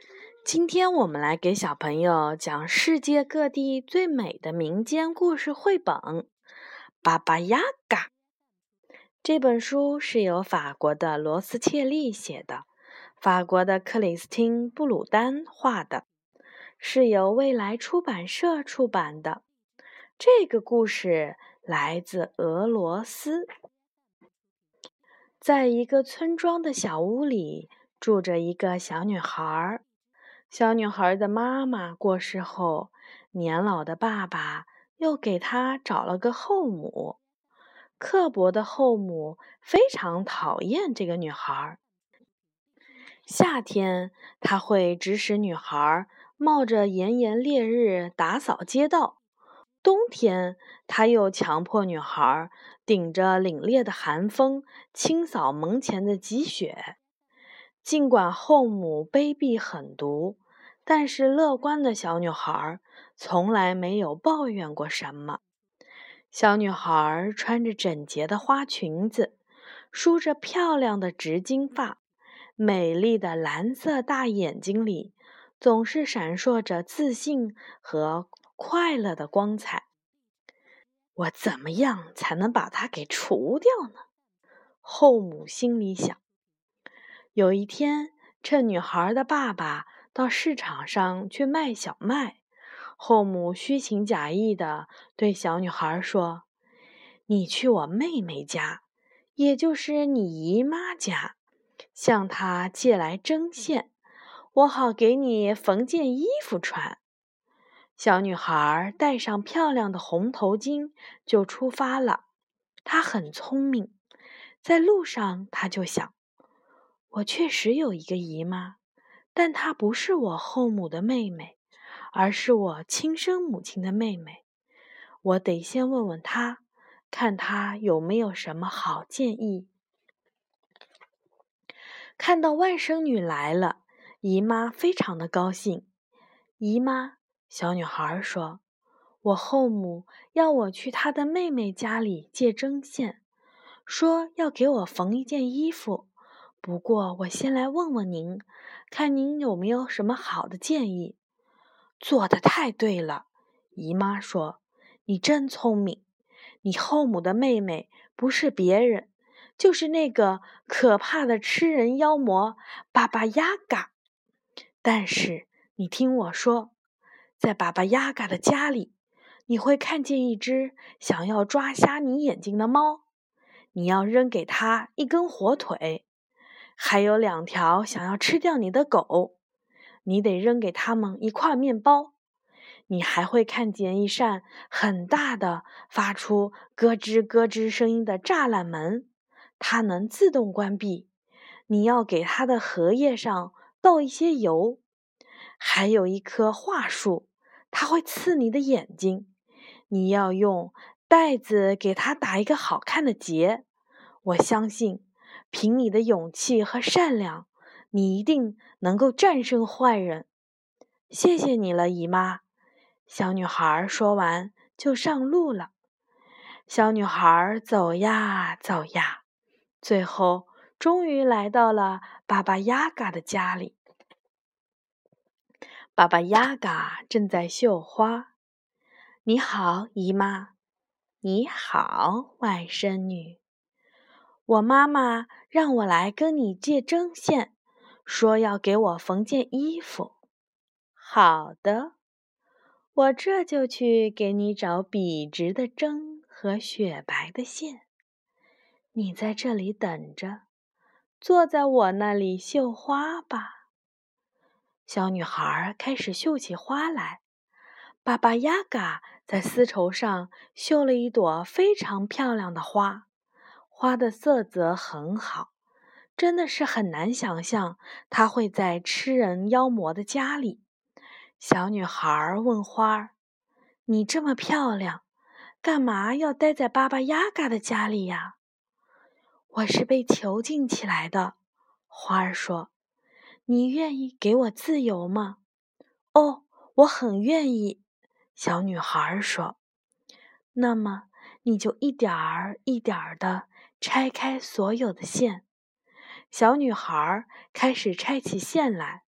今天我们来给小朋友讲世界各地最美的民间故事绘本《巴巴亚嘎》。这本书是由法国的罗斯切利写的，法国的克里斯汀·布鲁丹画的，是由未来出版社出版的。这个故事来自俄罗斯。在一个村庄的小屋里，住着一个小女孩。小女孩的妈妈过世后，年老的爸爸又给她找了个后母。刻薄的后母非常讨厌这个女孩。夏天，她会指使女孩冒着炎炎烈日打扫街道；冬天，她又强迫女孩顶着凛冽的寒风清扫门前的积雪。尽管后母卑鄙狠毒，但是乐观的小女孩从来没有抱怨过什么。小女孩穿着整洁的花裙子，梳着漂亮的直金发，美丽的蓝色大眼睛里总是闪烁着自信和快乐的光彩。我怎么样才能把它给除掉呢？后母心里想。有一天，趁女孩的爸爸到市场上去卖小麦，后母虚情假意地对小女孩说：“你去我妹妹家，也就是你姨妈家，向她借来针线，我好给你缝件衣服穿。”小女孩戴上漂亮的红头巾就出发了。她很聪明，在路上她就想，我确实有一个姨妈，但她不是我后母的妹妹，而是我亲生母亲的妹妹。我得先问问她，看她有没有什么好建议。看到外甥女来了，姨妈非常的高兴。姨妈，小女孩说，我后母要我去她的妹妹家里借针线，说要给我缝一件衣服。不过我先来问问您，看您有没有什么好的建议。做得太对了，姨妈说，你真聪明。你后母的妹妹不是别人，就是那个可怕的吃人妖魔巴巴亚嘎。但是你听我说，在巴巴亚嘎的家里，你会看见一只想要抓瞎你眼睛的猫，你要扔给它一根火腿，还有2条想要吃掉你的狗，你得扔给它们一块面包。你还会看见一扇很大的发出咯吱咯吱声音的栅栏门，它能自动关闭。你要给它的荷叶上倒一些油。还有一棵桦树，它会刺你的眼睛，你要用带子给它打一个好看的结。我相信，凭你的勇气和善良，你一定能够战胜坏人。谢谢你了，姨妈。小女孩说完就上路了。小女孩走呀走呀，最后终于来到了巴巴亚嘎的家里。巴巴亚嘎正在绣花。你好，姨妈。你好，外甥女。我妈妈让我来跟你借针线，说要给我缝件衣服。好的，我这就去给你找笔直的针和雪白的线。你在这里等着，坐在我那里绣花吧。小女孩开始绣起花来。巴巴亚嘎在丝绸上绣了一朵非常漂亮的花，花的色泽很好，真的是很难想象它会在吃人妖魔的家里。小女孩问花儿：“你这么漂亮，干嘛要待在巴巴亚嘎的家里呀？”“我是被囚禁起来的。”花儿说。“你愿意给我自由吗？”“哦，我很愿意。”小女孩说。“那么你就一点儿一点儿地拆开所有的线。”小女孩开始拆起线来，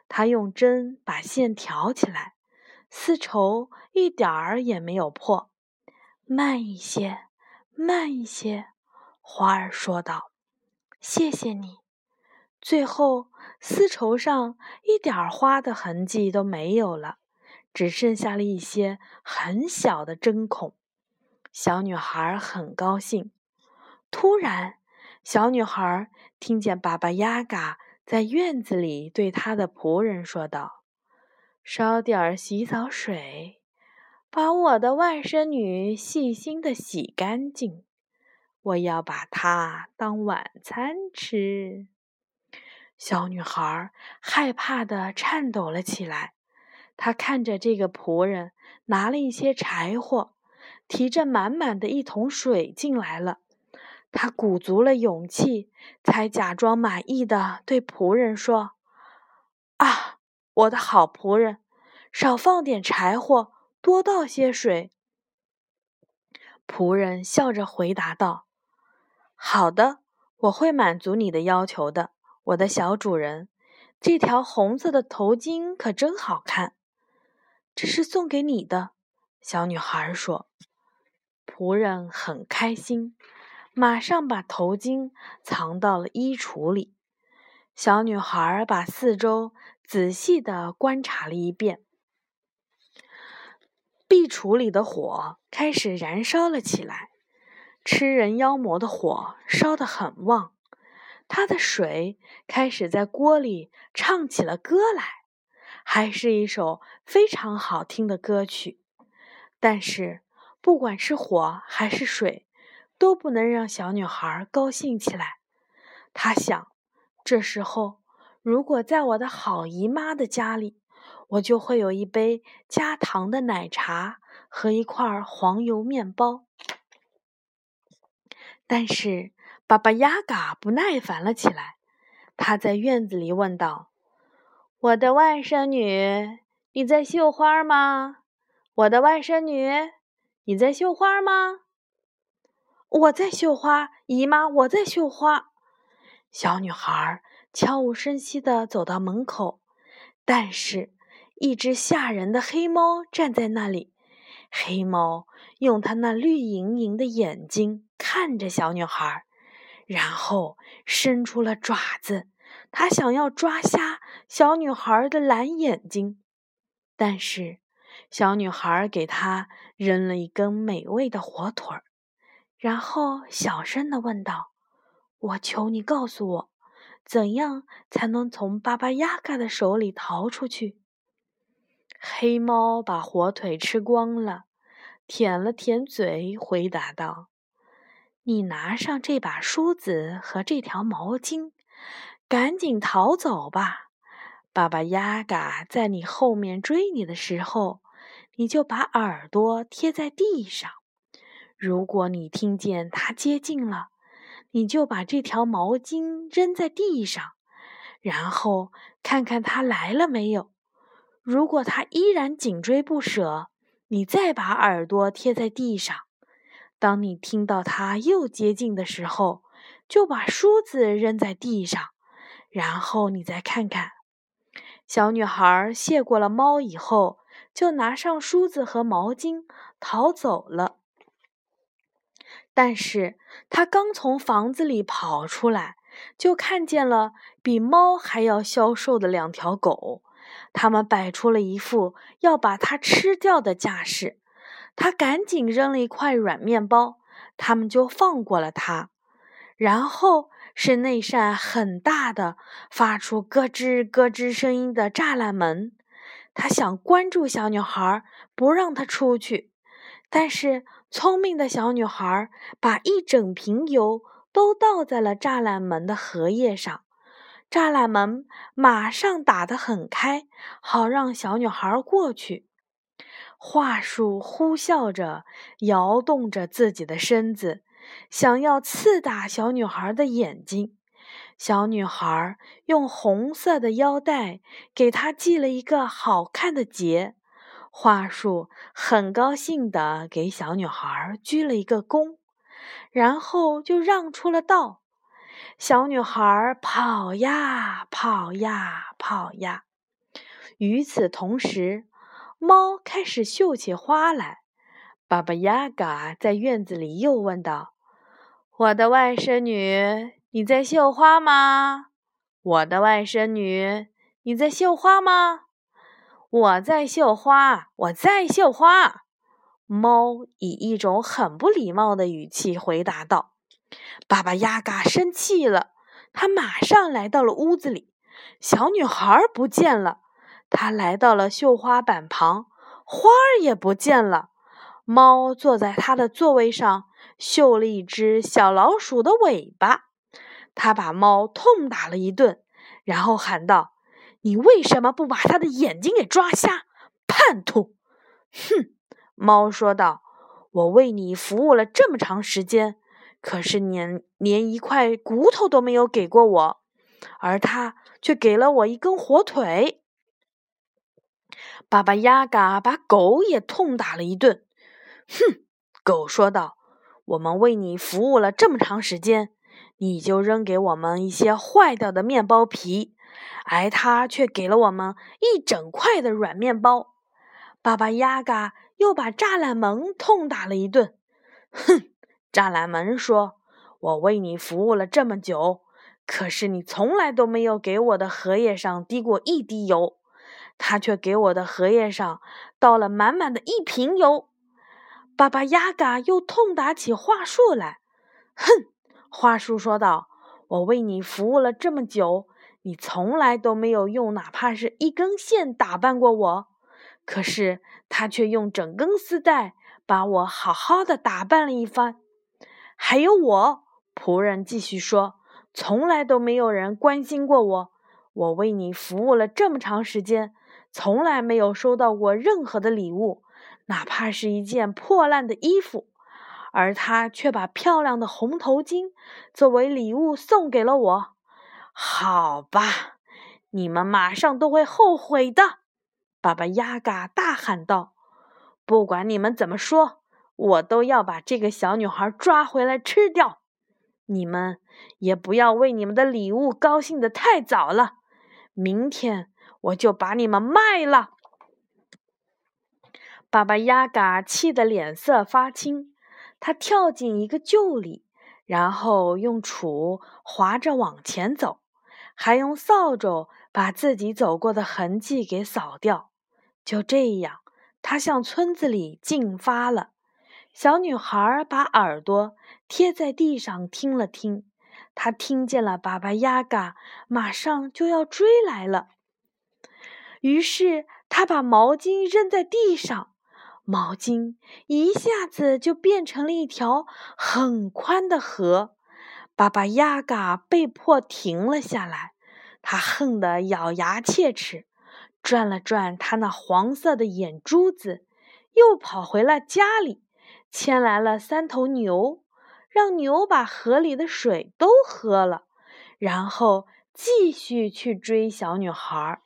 他用针把线挑起来，丝绸一点儿也没有破。慢一些，慢一些，花儿说道。谢谢你。最后，丝绸上一点花的痕迹都没有了，只剩下了一些很小的针孔。小女孩很高兴。突然，小女孩听见巴巴亚嘎在院子里对她的仆人说道：“烧点洗澡水，把我的外甥女细心地洗干净，我要把她当晚餐吃。”小女孩害怕地颤抖了起来。她看着这个仆人拿了一些柴火，提着满满的一桶水进来了。她鼓足了勇气，才假装满意地对仆人说：“啊，我的好仆人，少放点柴火，多倒些水。”仆人笑着回答道：“好的，我会满足你的要求的，我的小主人。这条红色的头巾可真好看。”“这是送给你的。”小女孩说。仆人很开心，马上把头巾藏到了衣橱里。小女孩把四周仔细地观察了一遍。壁橱里的火开始燃烧了起来，吃人妖魔的火烧得很旺，它的水开始在锅里唱起了歌来，还是一首非常好听的歌曲。但是不管是火还是水，都不能让小女孩高兴起来。她想，这时候如果在我的好姨妈的家里，我就会有一杯加糖的奶茶和一块黄油面包。但是巴巴亚嘎不耐烦了起来，他在院子里问道：“我的外甥女，你在绣花吗？我的外甥女，你在绣花吗？”“我在绣花，姨妈，我在绣花。”小女孩悄无声息地走到门口，但是一只吓人的黑猫站在那里。黑猫用它那绿莹莹的眼睛看着小女孩，然后伸出了爪子，它想要抓瞎小女孩的蓝眼睛。但是小女孩给它扔了一根美味的火腿儿，然后小声地问道：“我求你告诉我，怎样才能从巴巴亚嘎的手里逃出去？”黑猫把火腿吃光了，舔了舔嘴，回答道：“你拿上这把梳子和这条毛巾，赶紧逃走吧。巴巴亚嘎在你后面追你的时候，你就把耳朵贴在地上。如果你听见它接近了，你就把这条毛巾扔在地上，然后看看它来了没有。如果它依然紧追不舍，你再把耳朵贴在地上。当你听到它又接近的时候，就把梳子扔在地上，然后你再看看。”小女孩谢过了猫以后，就拿上梳子和毛巾逃走了。但是她刚从房子里跑出来，就看见了比猫还要消瘦的两条狗，它们摆出了一副要把它吃掉的架势。她赶紧扔了一块软面包，它们就放过了它。然后是那扇很大的、发出咯吱咯吱声音的栅栏门。他想关住小女孩，不让她出去，但是聪明的小女孩把一整瓶油都倒在了栅栏门的荷叶上，栅栏门马上打得很开，好让小女孩过去。桦树呼啸着，摇动着自己的身子，想要刺打小女孩的眼睛。小女孩用红色的腰带给她系了一个好看的结。桦树很高兴地给小女孩鞠了一个躬，然后就让出了道。小女孩跑呀跑呀跑呀， 与此同时，猫开始绣起花来。巴巴亚嘎在院子里又问道：“我的外甥女，你在绣花吗？我的外甥女，你在绣花吗？我在绣花，我在绣花。”猫以一种很不礼貌的语气回答道。巴巴亚嘎生气了，他马上来到了屋子里。小女孩不见了，她来到了绣花板旁，花儿也不见了。猫坐在它的座位上，绣了一只小老鼠的尾巴。他把猫痛打了一顿，然后喊道：“你为什么不把它的眼睛给抓瞎？叛徒！”哼，猫说道：“我为你服务了这么长时间，可是连一块骨头都没有给过我，而他却给了我一根火腿。”巴巴亚嘎把狗也痛打了一顿。哼，狗说道：“我们为你服务了这么长时间，你就扔给我们一些坏掉的面包皮，而他却给了我们一整块的软面包。”巴巴亚嘎又把栅栏门痛打了一顿。哼，栅栏门说：“我为你服务了这么久，可是你从来都没有给我的荷叶上滴过一滴油，他却给我的荷叶上倒了满满的一瓶油。”巴巴亚嘎又痛打起桦树来。哼，桦树说道：“我为你服务了这么久，你从来都没有用哪怕是一根线打扮过我，可是他却用整根丝带把我好好的打扮了一番。”还有我，仆人继续说，从来都没有人关心过我，我为你服务了这么长时间，从来没有收到过任何的礼物，哪怕是一件破烂的衣服，而他却把漂亮的红头巾作为礼物送给了我。好吧，你们马上都会后悔的，巴巴亚嘎大喊道。不管你们怎么说，我都要把这个小女孩抓回来吃掉。你们也不要为你们的礼物高兴得太早了，明天我就把你们卖了。巴巴亚嘎气得脸色发青，他跳进一个臼里，然后用杵划着往前走，还用扫帚把自己走过的痕迹给扫掉。就这样，他向村子里进发了。小女孩把耳朵贴在地上听了听，她听见了巴巴亚嘎马上就要追来了。于是她把毛巾扔在地上，毛巾一下子就变成了一条很宽的河。巴巴亚嘎被迫停了下来，他恨得咬牙切齿，转了转他那黄色的眼珠子，又跑回了家里，牵来了3头牛，让牛把河里的水都喝了，然后继续去追小女孩。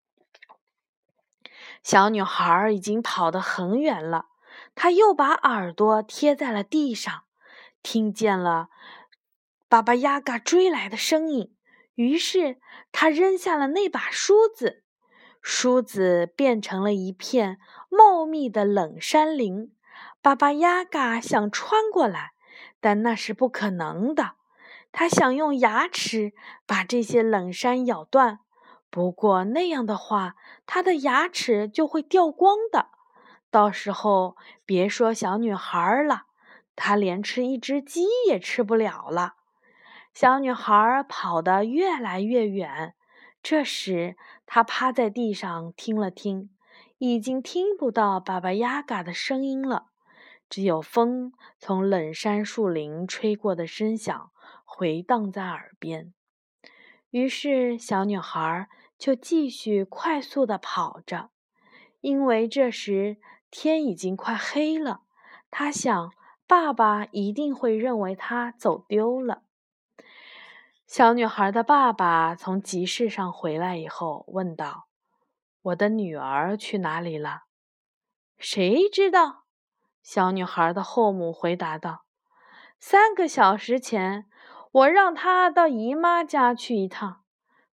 小女孩已经跑得很远了，她又把耳朵贴在了地上，听见了巴巴亚嘎追来的声音，于是她扔下了那把梳子，梳子变成了一片茂密的冷杉林。巴巴亚嘎想穿过来，但那是不可能的。他想用牙齿把这些冷杉咬断，不过那样的话，他的牙齿就会掉光的。到时候别说小女孩了，他连吃一只鸡也吃不了了。小女孩跑得越来越远，这时她趴在地上听了听，已经听不到巴巴亚嘎的声音了，只有风从冷杉树林吹过的声响回荡在耳边。于是小女孩就继续快速地跑着，因为这时天已经快黑了，她想爸爸一定会认为她走丢了。小女孩的爸爸从集市上回来以后问道：“我的女儿去哪里了？”“谁知道？”小女孩的后母回答道。“3个小时前，我让她到姨妈家去一趟，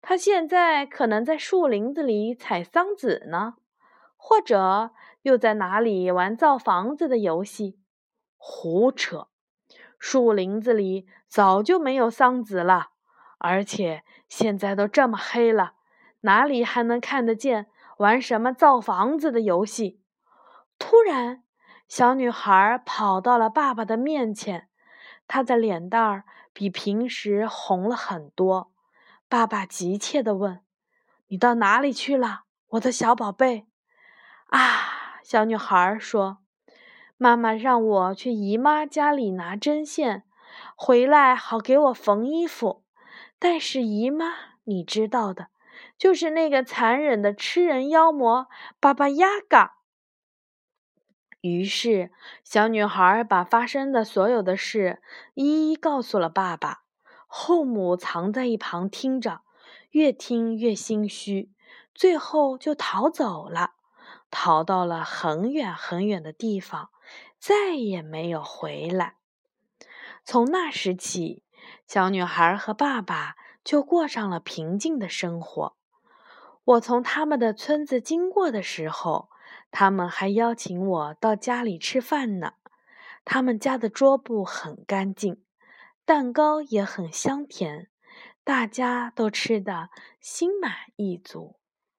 他现在可能在树林子里采桑子呢，或者又在哪里玩造房子的游戏。胡扯！树林子里早就没有桑子了，而且现在都这么黑了，哪里还能看得见玩什么造房子的游戏？突然，小女孩跑到了爸爸的面前，她的脸蛋儿比平时红了很多。爸爸急切地问：“你到哪里去了，我的小宝贝？”啊，小女孩说：“妈妈让我去姨妈家里拿针线，回来好给我缝衣服。但是姨妈，你知道的，就是那个残忍的吃人妖魔巴巴亚嘎。”于是，小女孩把发生的所有的事一一告诉了爸爸。后母藏在一旁听着，越听越心虚，最后就逃走了，逃到了很远很远的地方，再也没有回来。从那时起，小女孩和爸爸就过上了平静的生活。我从他们的村子经过的时候，他们还邀请我到家里吃饭呢。他们家的桌布很干净，蛋糕也很香甜，大家都吃得心满意足。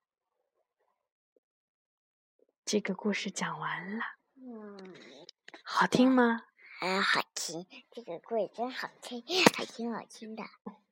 这个故事讲完了，好听吗？ 好听，这个故事真好听，好听的。